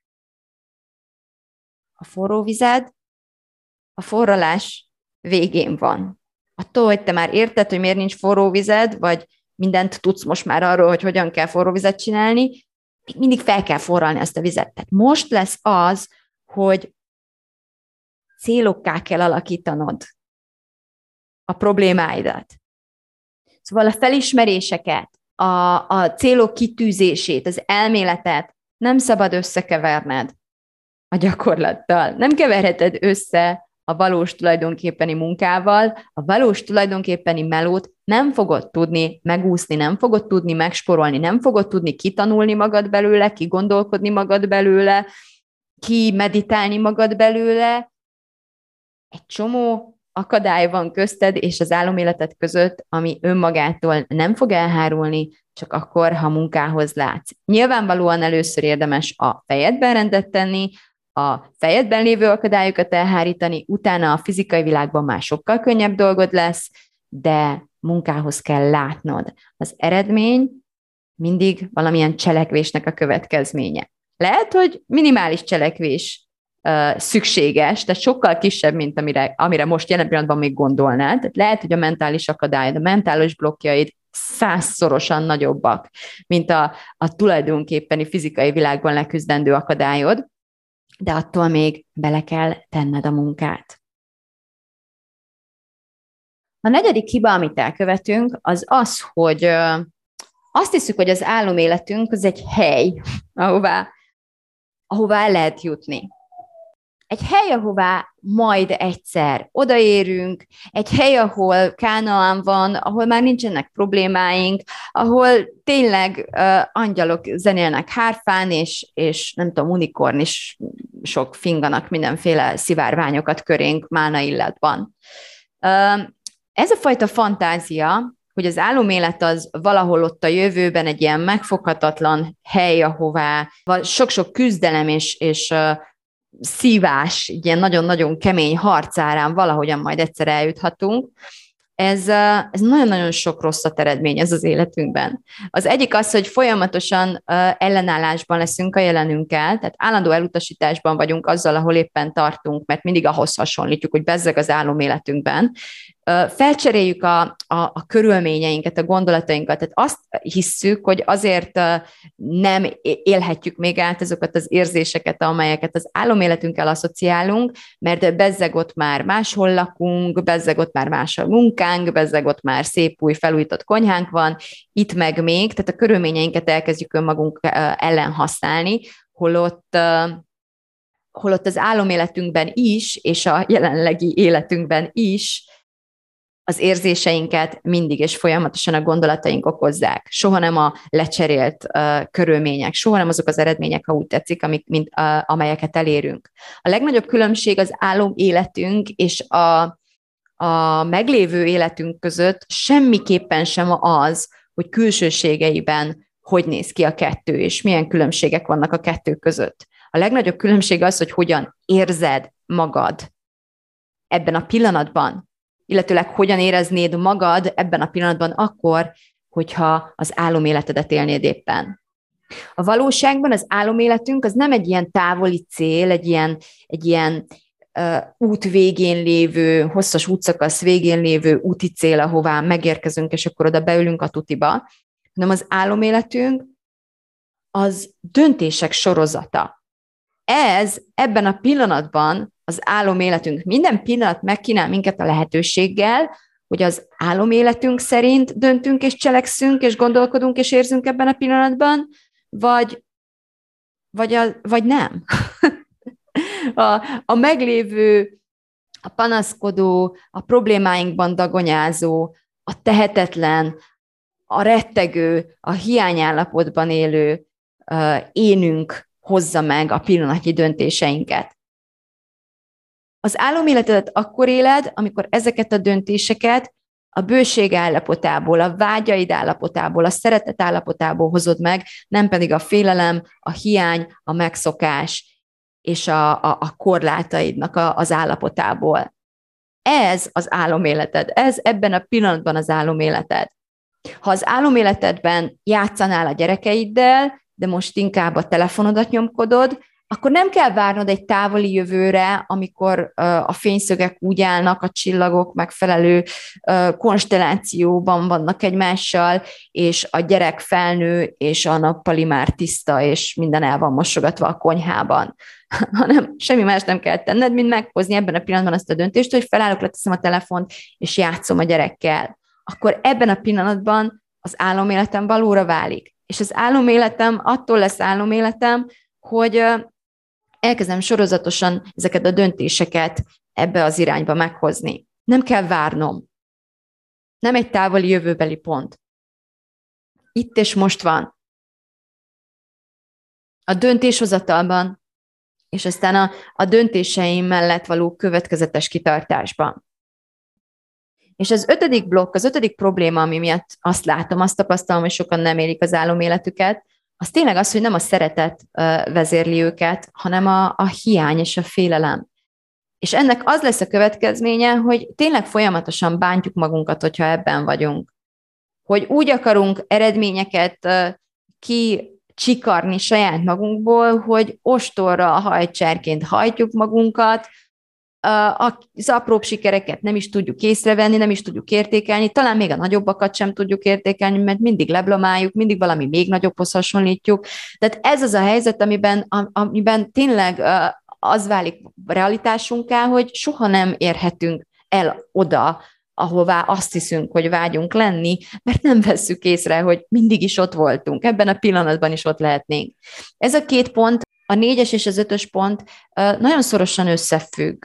a forró vized a forralás végén van. Attól, hogy te már érted, hogy miért nincs forró vized, vagy mindent tudsz most már arról, hogy hogyan kell forró vizet csinálni, még mindig fel kell forralni ezt a vizet. Tehát most lesz az, hogy célokká kell alakítanod a problémáidat. Szóval a felismeréseket, a célok kitűzését, az elméletet nem szabad összekeverned a gyakorlattal. Nem keverheted össze a valós tulajdonképpeni munkával, a valós tulajdonképpeni melót nem fogod tudni megúszni, nem fogod tudni megsporolni, nem fogod tudni kitanulni magad belőle, kigondolkodni magad belőle, kimeditálni magad belőle. Egy csomó akadály van közted és az áloméleted között, ami önmagától nem fog elhárulni, csak akkor, ha munkához látsz. Nyilvánvalóan először érdemes a fejedben rendet tenni, a fejedben lévő akadályokat elhárítani, utána a fizikai világban már sokkal könnyebb dolgod lesz, de munkához kell látnod. Az eredmény mindig valamilyen cselekvésnek a következménye. Lehet, hogy minimális cselekvés szükséges, tehát sokkal kisebb, mint amire most jelen pillanatban még gondolnál. Tehát lehet, hogy a mentális akadályod, a mentális blokkjaid 100-szorosan nagyobbak, mint a tulajdonképpeni fizikai világban leküzdendő akadályod, de attól még bele kell tenned a munkát. A negyedik hiba, amit elkövetünk, az az, hogy azt hiszük, hogy az áloméletünk az egy hely, ahová el lehet jutni. Egy hely, ahová majd egyszer odaérünk, egy hely, ahol Kánaán van, ahol már nincsenek problémáink, ahol tényleg angyalok zenélnek hárfán, és nem tudom, unikorn is sok finganak mindenféle szivárványokat körénk málna illatban. Ez a fajta fantázia, hogy az álomélet az valahol ott a jövőben egy ilyen megfoghatatlan hely, ahová sok-sok küzdelem és szívás, ilyen nagyon-nagyon kemény harcárán valahogyan majd egyszer eljuthatunk. Ez nagyon-nagyon sok rosszat eredményez az életünkben. Az egyik az, hogy folyamatosan ellenállásban leszünk a jelenünkkel, tehát állandó elutasításban vagyunk azzal, ahol éppen tartunk, mert mindig ahhoz hasonlítjuk, hogy bezzeg az áloméletünkben. Felcseréljük a körülményeinket, a gondolatainkat, tehát azt hisszük, hogy azért nem élhetjük még át azokat az érzéseket, amelyeket az áloméletünkkel asszociálunk, mert bezzeg ott már máshol lakunk, bezzeg ott már más a munkánk, bezzeg ott már szép új felújított konyhánk van, itt meg még, tehát a körülményeinket elkezdjük önmagunk ellen használni, holott az áloméletünkben is, és a jelenlegi életünkben is az érzéseinket mindig és folyamatosan a gondolataink okozzák. Soha nem a lecserélt körülmények, soha nem azok az eredmények, ha úgy tetszik, amelyeket elérünk. A legnagyobb különbség az áloméletünk és a meglévő életünk között semmiképpen sem az, hogy külsőségeiben hogy néz ki a kettő, és milyen különbségek vannak a kettő között. A legnagyobb különbség az, hogy hogyan érzed magad ebben a pillanatban, illetőleg hogyan éreznéd magad ebben a pillanatban akkor, hogyha az áloméletedet élnéd éppen. A valóságban az áloméletünk az nem egy ilyen távoli cél, egy ilyen út végén lévő, hosszas útszakasz végén lévő úti cél, ahová megérkezünk, és akkor oda beülünk a tutiba, hanem az áloméletünk az döntések sorozata. Ez ebben a pillanatban az áloméletünk minden pillanat megkínál minket a lehetőséggel, hogy az áloméletünk szerint döntünk és cselekszünk, és gondolkodunk és érzünk ebben a pillanatban, vagy nem. A meglévő, a panaszkodó, a problémáinkban dagonyázó, a tehetetlen, a rettegő, a hiányállapotban élő énünk hozza meg a pillanatnyi döntéseinket. Az áloméletedet akkor éled, amikor ezeket a döntéseket a bőség állapotából, a vágyaid állapotából, a szeretet állapotából hozod meg, nem pedig a félelem, a hiány, a megszokás és a korlátaidnak az állapotából. Ez az áloméleted, ez ebben a pillanatban az áloméleted. Ha az áloméletedben játszanál a gyerekeiddel, de most inkább a telefonodat nyomkodod, akkor nem kell várnod egy távoli jövőre, amikor a fényszögek úgy állnak, a csillagok megfelelő konstellációban vannak egymással, és a gyerek felnő, és a nappali már tiszta, és minden el van mosogatva a konyhában. Hanem semmi más nem kell tenned, mint meghozni ebben a pillanatban azt a döntést, hogy felállok, leteszem a telefont, és játszom a gyerekkel. Akkor ebben a pillanatban az áloméletem valóra válik. És az áloméletem attól lesz áloméletem, hogy elkezdem sorozatosan ezeket a döntéseket ebbe az irányba meghozni. Nem kell várnom. Nem egy távoli jövőbeli pont. Itt és most van. A döntéshozatalban, és aztán a döntéseim mellett való következetes kitartásban. És az 5. blokk, az 5. probléma, ami miatt azt látom, azt tapasztalom, hogy sokan nem élik az áloméletüket, az tényleg az, hogy nem a szeretet vezérli őket, hanem a hiány és a félelem. És ennek az lesz a következménye, hogy tényleg folyamatosan bántjuk magunkat, hogyha ebben vagyunk. Hogy úgy akarunk eredményeket kicsikarni saját magunkból, hogy ostorra a hajcsárként hajtjuk magunkat, az apróbb sikereket nem is tudjuk észrevenni, nem is tudjuk értékelni, talán még a nagyobbakat sem tudjuk értékelni, mert mindig leblamáljuk, mindig valami még nagyobbhoz hasonlítjuk. Tehát ez az a helyzet, amiben tényleg az válik realitásunká, hogy soha nem érhetünk el oda, ahová azt hiszünk, hogy vágyunk lenni, mert nem vesszük észre, hogy mindig is ott voltunk, ebben a pillanatban is ott lehetnénk. Ez a 2 pont, a 4-es és az 5-ös pont nagyon szorosan összefügg.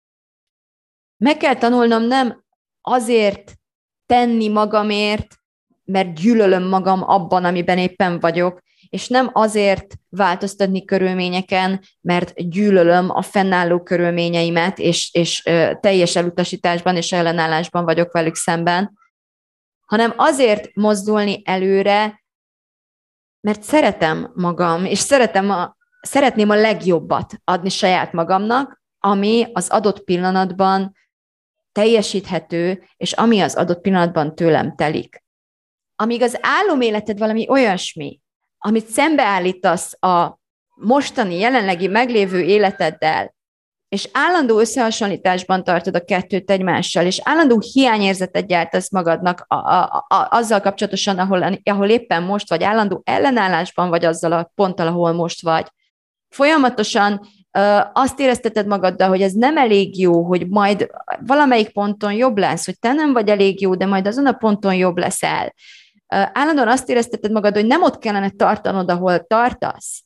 Meg kell tanulnom nem azért tenni magamért, mert gyűlölöm magam abban, amiben éppen vagyok, és nem azért változtatni körülményeken, mert gyűlölöm a fennálló körülményeimet, és teljes elutasításban és ellenállásban vagyok velük szemben, hanem azért mozdulni előre, mert szeretem magam, és szeretném a legjobbat adni saját magamnak, ami az adott pillanatban teljesíthető, és ami az adott pillanatban tőlem telik. Amíg az áloméleted valami olyasmi, amit szembeállítasz a mostani, jelenlegi meglévő életeddel, és állandó összehasonlításban tartod a kettőt egymással, és állandó hiányérzetet gyártasz magadnak azzal kapcsolatosan, ahol éppen most vagy, állandó ellenállásban vagy azzal a ponttal, ahol most vagy. Folyamatosan azt érezteted magaddal, hogy ez nem elég jó, hogy majd valamelyik ponton jobb lesz, hogy te nem vagy elég jó, de majd azon a ponton jobb leszel. Állandóan azt érezteted magad, hogy nem ott kellene tartanod, ahol tartasz,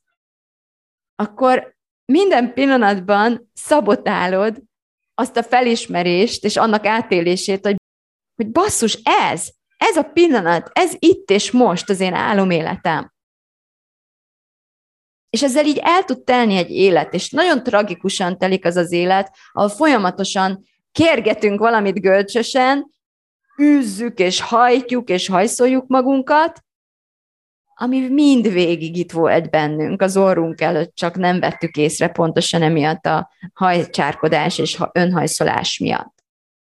akkor minden pillanatban szabotálod azt a felismerést és annak átélését, hogy basszus, ez a pillanat, ez itt és most az én áloméletem. És ezzel így el tud telni egy élet, és nagyon tragikusan telik az az élet, ahol folyamatosan kérgetünk valamit görcsösen, űzzük és hajtjuk és hajszoljuk magunkat, ami mind végig itt volt bennünk, az orrunk előtt, csak nem vettük észre pontosan emiatt a hajcsárkodás és önhajszolás miatt.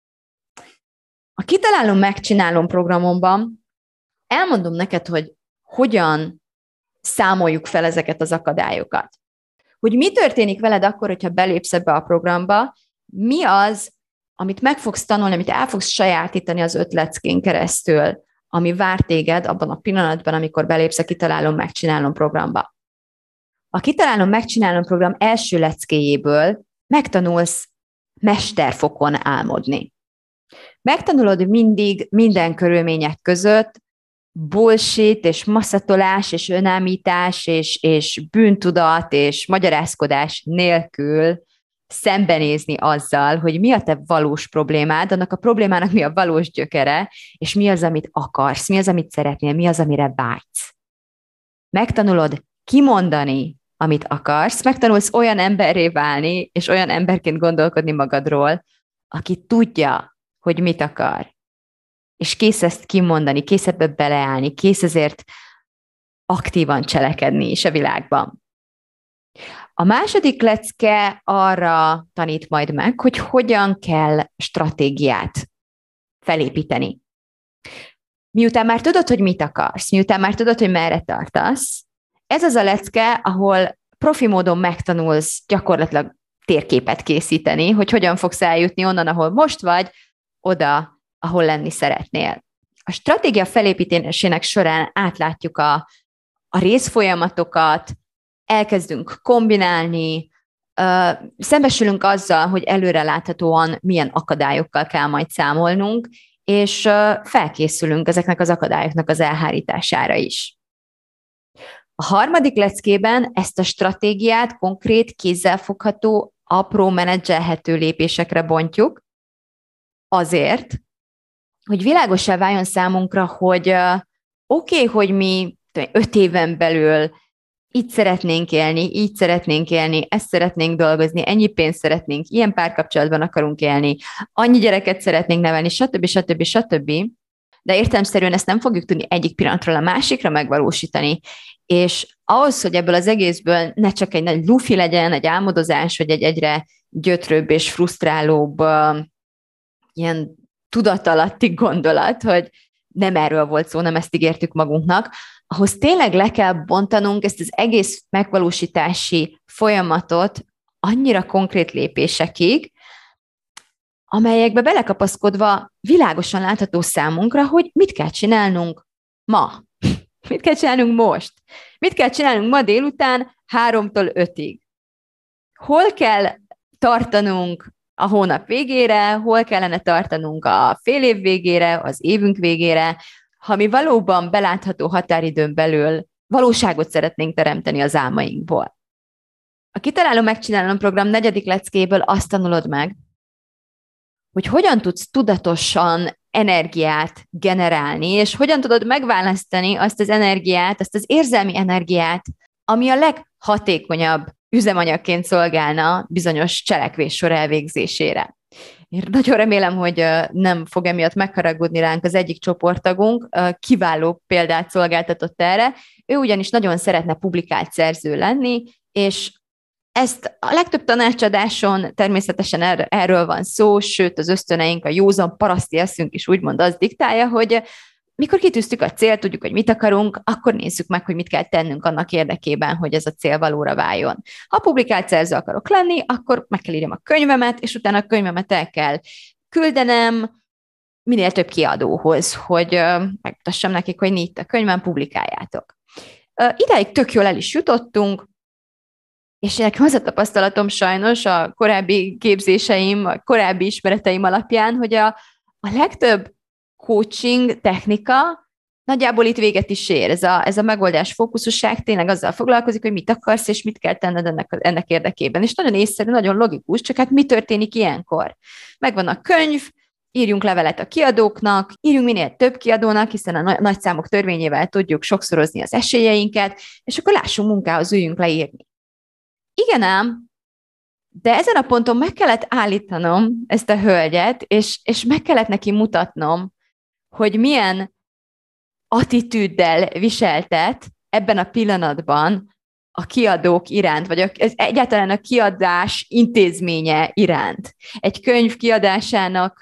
A Kitalálom, Megcsinálom programomban elmondom neked, hogy hogyan számoljuk fel ezeket az akadályokat. Hogy mi történik veled akkor, hogyha belépsz ebbe a programba, mi az, amit meg fogsz tanulni, amit el fogsz sajátítani az 5 leckén keresztül, ami vár téged abban a pillanatban, amikor belépsz a Kitalálom, Megcsinálom programba. A Kitalálom, Megcsinálom program első leckéjéből megtanulsz mesterfokon álmodni. Megtanulod mindig, minden körülmények között bullshit, és masszatolás, és önállítás, és bűntudat, és magyarázkodás nélkül szembenézni azzal, hogy mi a te valós problémád, annak a problémának mi a valós gyökere, és mi az, amit akarsz, mi az, amit szeretnél, mi az, amire vágysz. Megtanulod kimondani, amit akarsz, megtanulsz olyan emberré válni, és olyan emberként gondolkodni magadról, aki tudja, hogy mit akar. És kész ezt kimondani, kész ebbe beleállni, kész ezért aktívan cselekedni is a világban. A második lecke arra tanít majd meg, hogy hogyan kell stratégiát felépíteni. Miután már tudod, hogy mit akarsz, miután már tudod, hogy merre tartasz, ez az a lecke, ahol profi módon megtanulsz gyakorlatilag térképet készíteni, hogy hogyan fogsz eljutni onnan, ahol most vagy, oda, ahol lenni szeretnél. A stratégia felépítésének során átlátjuk a részfolyamatokat, elkezdünk kombinálni, szembesülünk azzal, hogy előreláthatóan milyen akadályokkal kell majd számolnunk, és felkészülünk ezeknek az akadályoknak az elhárítására is. A harmadik leckében ezt a stratégiát konkrét, kézzelfogható, apró, menedzselhető lépésekre bontjuk, azért, hogy világossá váljon számunkra, hogy oké, hogy mi 5 éven belül így szeretnénk élni, ezt szeretnénk dolgozni, ennyi pénzt szeretnénk, ilyen párkapcsolatban akarunk élni, annyi gyereket szeretnénk nevelni, stb. De értelemszerűen ezt nem fogjuk tudni egyik pillanatról a másikra megvalósítani, és ahhoz, hogy ebből az egészből ne csak egy nagy lufi legyen, egy álmodozás, vagy egy egyre gyötrőbb és frusztrálóbb ilyen tudatalatti gondolat, hogy nem erről volt szó, nem ezt ígértük magunknak, ahhoz tényleg le kell bontanunk ezt az egész megvalósítási folyamatot annyira konkrét lépésekig, amelyekbe belekapaszkodva világosan látható számunkra, hogy mit kell csinálnunk ma, mit kell csinálnunk most, mit kell csinálnunk ma délután 3-tól 5-ig. Hol kell tartanunk a hónap végére, hol kellene tartanunk a fél év végére, az évünk végére, ha mi valóban belátható határidőn belül valóságot szeretnénk teremteni az álmainkból. A Kitalálom, Megcsinálom program 4. leckéből azt tanulod meg, hogy hogyan tudsz tudatosan energiát generálni, és hogyan tudod megválasztani azt az energiát, azt az érzelmi energiát, ami a leghatékonyabb üzemanyagként szolgálna bizonyos cselekvéssor elvégzésére. Én nagyon remélem, hogy nem fog emiatt megharagudni ránk az egyik csoporttagunk, kiváló példát szolgáltatott erre. Ő ugyanis nagyon szeretne publikált szerző lenni, és ezt a legtöbb tanácsadáson természetesen erről van szó, sőt az ösztöneink, a józan paraszti eszünk is úgymond az diktálja, hogy mikor kitűztük a célt, tudjuk, hogy mit akarunk, akkor nézzük meg, hogy mit kell tennünk annak érdekében, hogy ez a cél valóra váljon. Ha publikált szerző akarok lenni, akkor meg kell írjam a könyvemet, és utána a könyvemet el kell küldenem minél több kiadóhoz, hogy megmutassam nekik, hogy itt a könyvem, publikáljátok. Idáig tök jól el is jutottunk, és nekem az a tapasztalatom sajnos a korábbi képzéseim, a korábbi ismereteim alapján, hogy a legtöbb coaching technika nagyjából itt véget is ér. Ez a megoldás fókuszúság tényleg azzal foglalkozik, hogy mit akarsz, és mit kell tenned ennek érdekében. És nagyon észszerű, nagyon logikus, csak hát mi történik ilyenkor? Megvan a könyv, írjunk levelet a kiadóknak, írjunk minél több kiadónak, hiszen a nagyszámok törvényével tudjuk sokszorozni az esélyeinket, és akkor lássunk munkához, üljünk leírni. Igen ám, De ezen a ponton meg kellett állítanom ezt a hölgyet, és meg kellett neki mutatnom, hogy milyen attitűddel viseltet ebben a pillanatban a kiadók iránt, vagy egyáltalán a kiadás intézménye iránt. Egy könyv kiadásának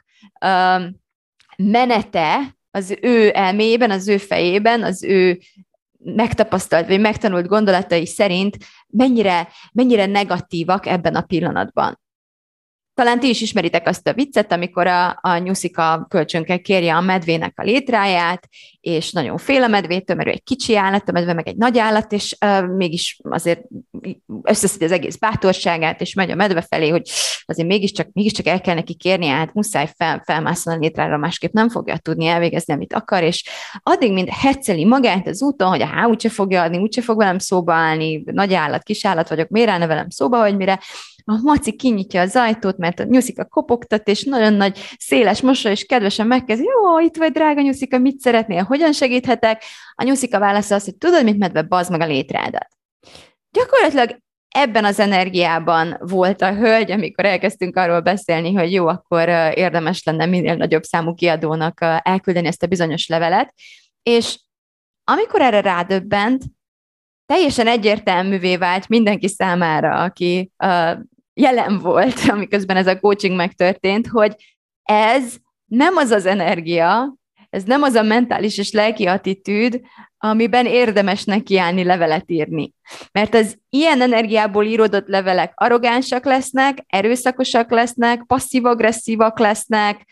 menete az ő elméjében, az ő fejében, az ő megtapasztalt vagy megtanult gondolatai szerint mennyire negatívak ebben a pillanatban. Talán ti is ismeritek azt a viccet, amikor a Nyuszika kölcsönkel kérje a medvének a létráját, és nagyon fél a medvétől, mert ő egy kicsi állat, a medve meg egy nagy állat, és mégis azért összeszedi az egész bátorságát, és megy a medve felé, hogy azért mégiscsak el kell neki kérni, hát muszáj felmászol a létrára, másképp nem fogja tudni elvégezni, amit akar, és addig, mint herceli magát az úton, hogy úgyse fogja adni, úgyse fog velem szóba állni, nagy állat, kis állat vagyok, miért állna velem szóba, hogy mire a maci kinyitja az ajtót, mert a Nyuszika kopogtat, és nagyon nagy, széles mosoly, és kedvesen megkezdi, jó, itt vagy, drága Nyuszika, mit szeretnél, hogyan segíthetek? A Nyuszika válasza az, hogy tudod, mit, medve, bazd meg a létrádat. Gyakorlatilag ebben az energiában volt a hölgy, amikor elkezdtünk arról beszélni, hogy jó, akkor érdemes lenne minél nagyobb számú kiadónak elküldeni ezt a bizonyos levelet, és amikor erre rádöbbent, teljesen egyértelművé vált mindenki számára, aki jelen volt, amiközben ez a coaching megtörtént, hogy ez nem az az energia, ez nem az a mentális és lelki attitűd, amiben érdemes nekiállni levelet írni. Mert az ilyen energiából íródott levelek arrogánsak lesznek, erőszakosak lesznek, passzív-agresszívak lesznek,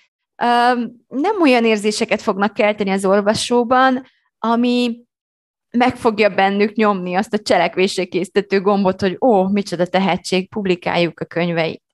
nem olyan érzéseket fognak kelteni az olvasóban, ami meg fogja bennük nyomni azt a cselekvésre késztető gombot, hogy micsoda tehetség, publikáljuk a könyveit.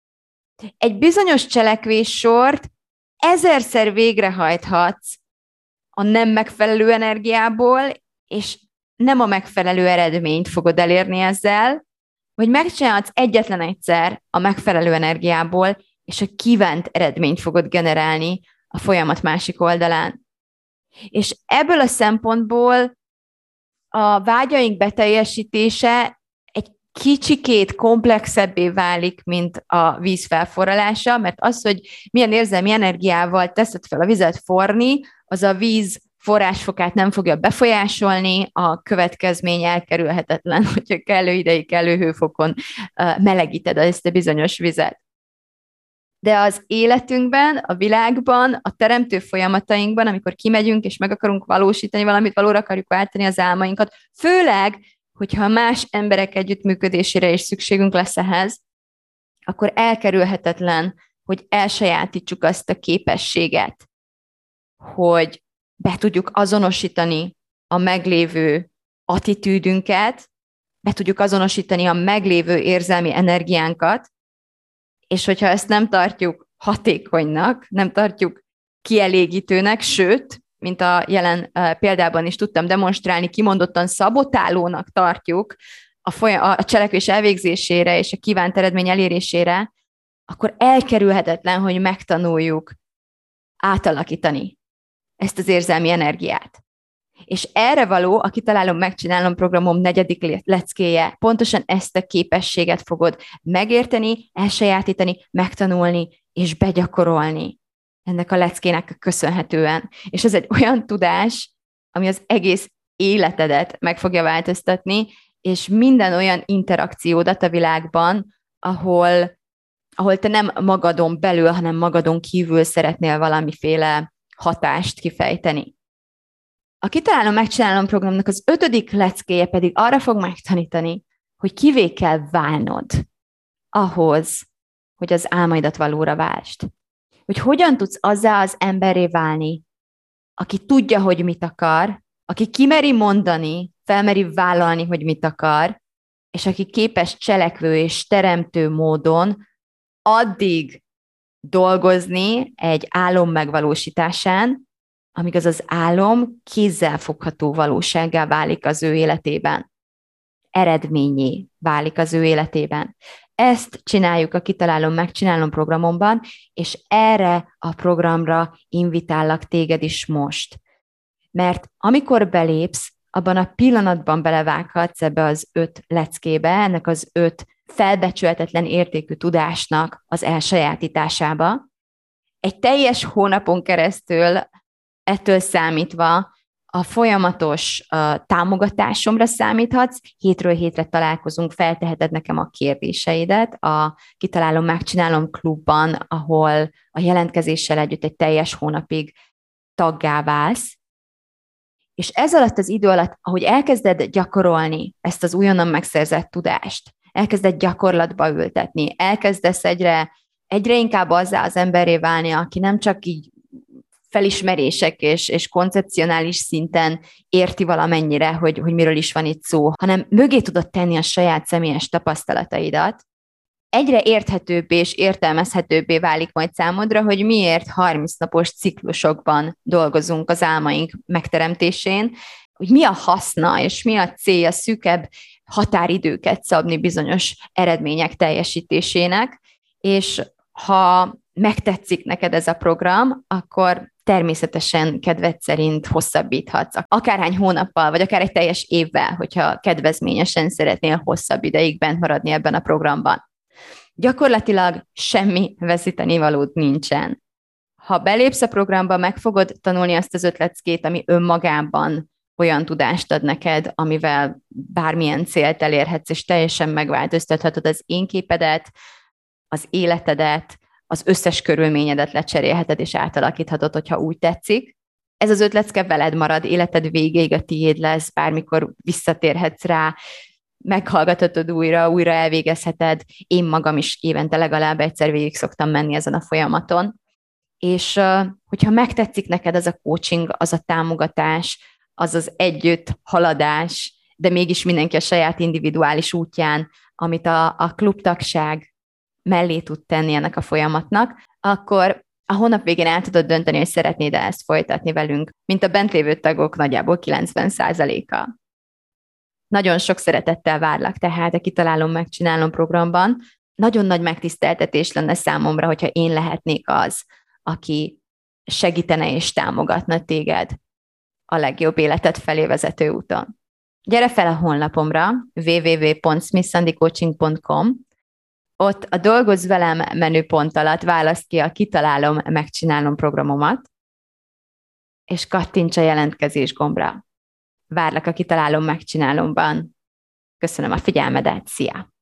Egy bizonyos cselekvéssort 1000-szer végrehajthatsz a nem megfelelő energiából, és nem a megfelelő eredményt fogod elérni ezzel, vagy megcsinálhatsz egyetlen egyszer a megfelelő energiából, és a kívánt eredményt fogod generálni a folyamat másik oldalán. És ebből a szempontból a vágyaink beteljesítése egy kicsikét komplexebbé válik, mint a víz felforralása, mert az, hogy milyen érzelmi energiával teszed fel a vizet forni, az a víz forrásfokát nem fogja befolyásolni, a következmény elkerülhetetlen, hogyha kellő ideig, kellő hőfokon melegíted ezt a bizonyos vizet. De az életünkben, a világban, a teremtő folyamatainkban, amikor kimegyünk és meg akarunk valósítani valamit, valóra akarjuk váltani az álmainkat, főleg, hogyha más emberek együttműködésére is szükségünk lesz ehhez, akkor elkerülhetetlen, hogy elsajátítsuk azt a képességet, hogy be tudjuk azonosítani a meglévő attitűdünket, be tudjuk azonosítani a meglévő érzelmi energiánkat, és hogyha ezt nem tartjuk hatékonynak, nem tartjuk kielégítőnek, sőt, mint a jelen példában is tudtam demonstrálni, kimondottan szabotálónak tartjuk a cselekvés elvégzésére és a kívánt eredmény elérésére, akkor elkerülhetetlen, hogy megtanuljuk átalakítani ezt az érzelmi energiát. És erre való a Kitalálom, Megcsinálom programom 4. leckéje. Pontosan ezt a képességet fogod megérteni, elsajátítani, megtanulni és begyakorolni ennek a leckének köszönhetően. És ez egy olyan tudás, ami az egész életedet meg fogja változtatni, és minden olyan interakciódat a világban, ahol te nem magadon belül, hanem magadon kívül szeretnél valamiféle hatást kifejteni. A Kitalálom, Megcsinálom programnak az 5. leckéje pedig arra fog megtanítani, hogy kivé kell válnod ahhoz, hogy az álmaidat valóra váltsd. Hogy hogyan tudsz azzá az emberré válni, aki tudja, hogy mit akar, aki kimeri mondani, felmeri vállalni, hogy mit akar, és aki képes cselekvő és teremtő módon addig dolgozni egy álom megvalósításán, amíg az álom kézzelfogható valósággá válik az ő életében. Eredményé válik az ő életében. Ezt csináljuk a Kitalálom, Megcsinálom programomban, és erre a programra invitállak téged is most. Mert amikor belépsz, abban a pillanatban belevághatsz ebbe az 5 leckébe, ennek az 5 felbecsülhetetlen értékű tudásnak az elsajátításába. Egy teljes hónapon keresztül ettől számítva a folyamatos támogatásomra számíthatsz, hétről hétre találkozunk, felteheted nekem a kérdéseidet a Kitalálom, Megcsinálom klubban, ahol a jelentkezéssel együtt egy teljes hónapig taggá válsz, és ez alatt az idő alatt, ahogy elkezded gyakorolni ezt az újonnan megszerzett tudást, elkezded gyakorlatba ültetni, elkezdesz egyre inkább azzá az emberré válni, aki nem csak így felismerések és koncepcionális szinten érti valamennyire, hogy miről is van itt szó, hanem mögé tudod tenni a saját személyes tapasztalataidat, egyre érthetőbbé és értelmezhetőbbé válik majd számodra, hogy miért 30 napos ciklusokban dolgozunk az álmaink megteremtésén, hogy mi a haszna és mi a célja szűkebb határidőket szabni bizonyos eredmények teljesítésének, és ha megtetszik neked ez a program, akkor természetesen kedved szerint hosszabbíthatsz. Akárhány hónappal, vagy akár egy teljes évvel, hogyha kedvezményesen szeretnél hosszabb ideig bent maradni ebben a programban. Gyakorlatilag semmi veszítenivalód nincsen. Ha belépsz a programba, meg fogod tanulni azt az ötleckét, ami önmagában olyan tudást ad neked, amivel bármilyen célt elérhetsz, és teljesen megváltoztathatod az én képedet, az életedet, az összes körülményedet lecserélheted és átalakíthatod, hogyha úgy tetszik. Ez az ötlecke veled marad, életed végéig a tiéd lesz, bármikor visszatérhetsz rá, meghallgathatod újra elvégezheted. Én magam is évente legalább egyszer végig szoktam menni ezen a folyamaton. És hogyha megtetszik neked az a coaching, az a támogatás, az az együtt haladás, de mégis mindenki a saját individuális útján, amit a klubtagság mellé tud tenni ennek a folyamatnak, akkor a hónap végén el tudod dönteni, hogy szeretnéd ezt folytatni velünk, mint a bent lévő tagok nagyjából 90%-a. Nagyon sok szeretettel várlak tehát a Kitalálom, Megcsinálom programban. Nagyon nagy megtiszteltetés lenne számomra, hogyha én lehetnék az, aki segítene és támogatna téged a legjobb életed felé vezető úton. Gyere fel a honlapomra, www.smithsandycoaching.com. Ott a Dolgozz velem menüpont alatt válaszd ki a Kitalálom, Megcsinálom programomat, és kattints a jelentkezés gombra. Várlak a Kitalálom, Megcsinálomban. Köszönöm a figyelmedet, szia!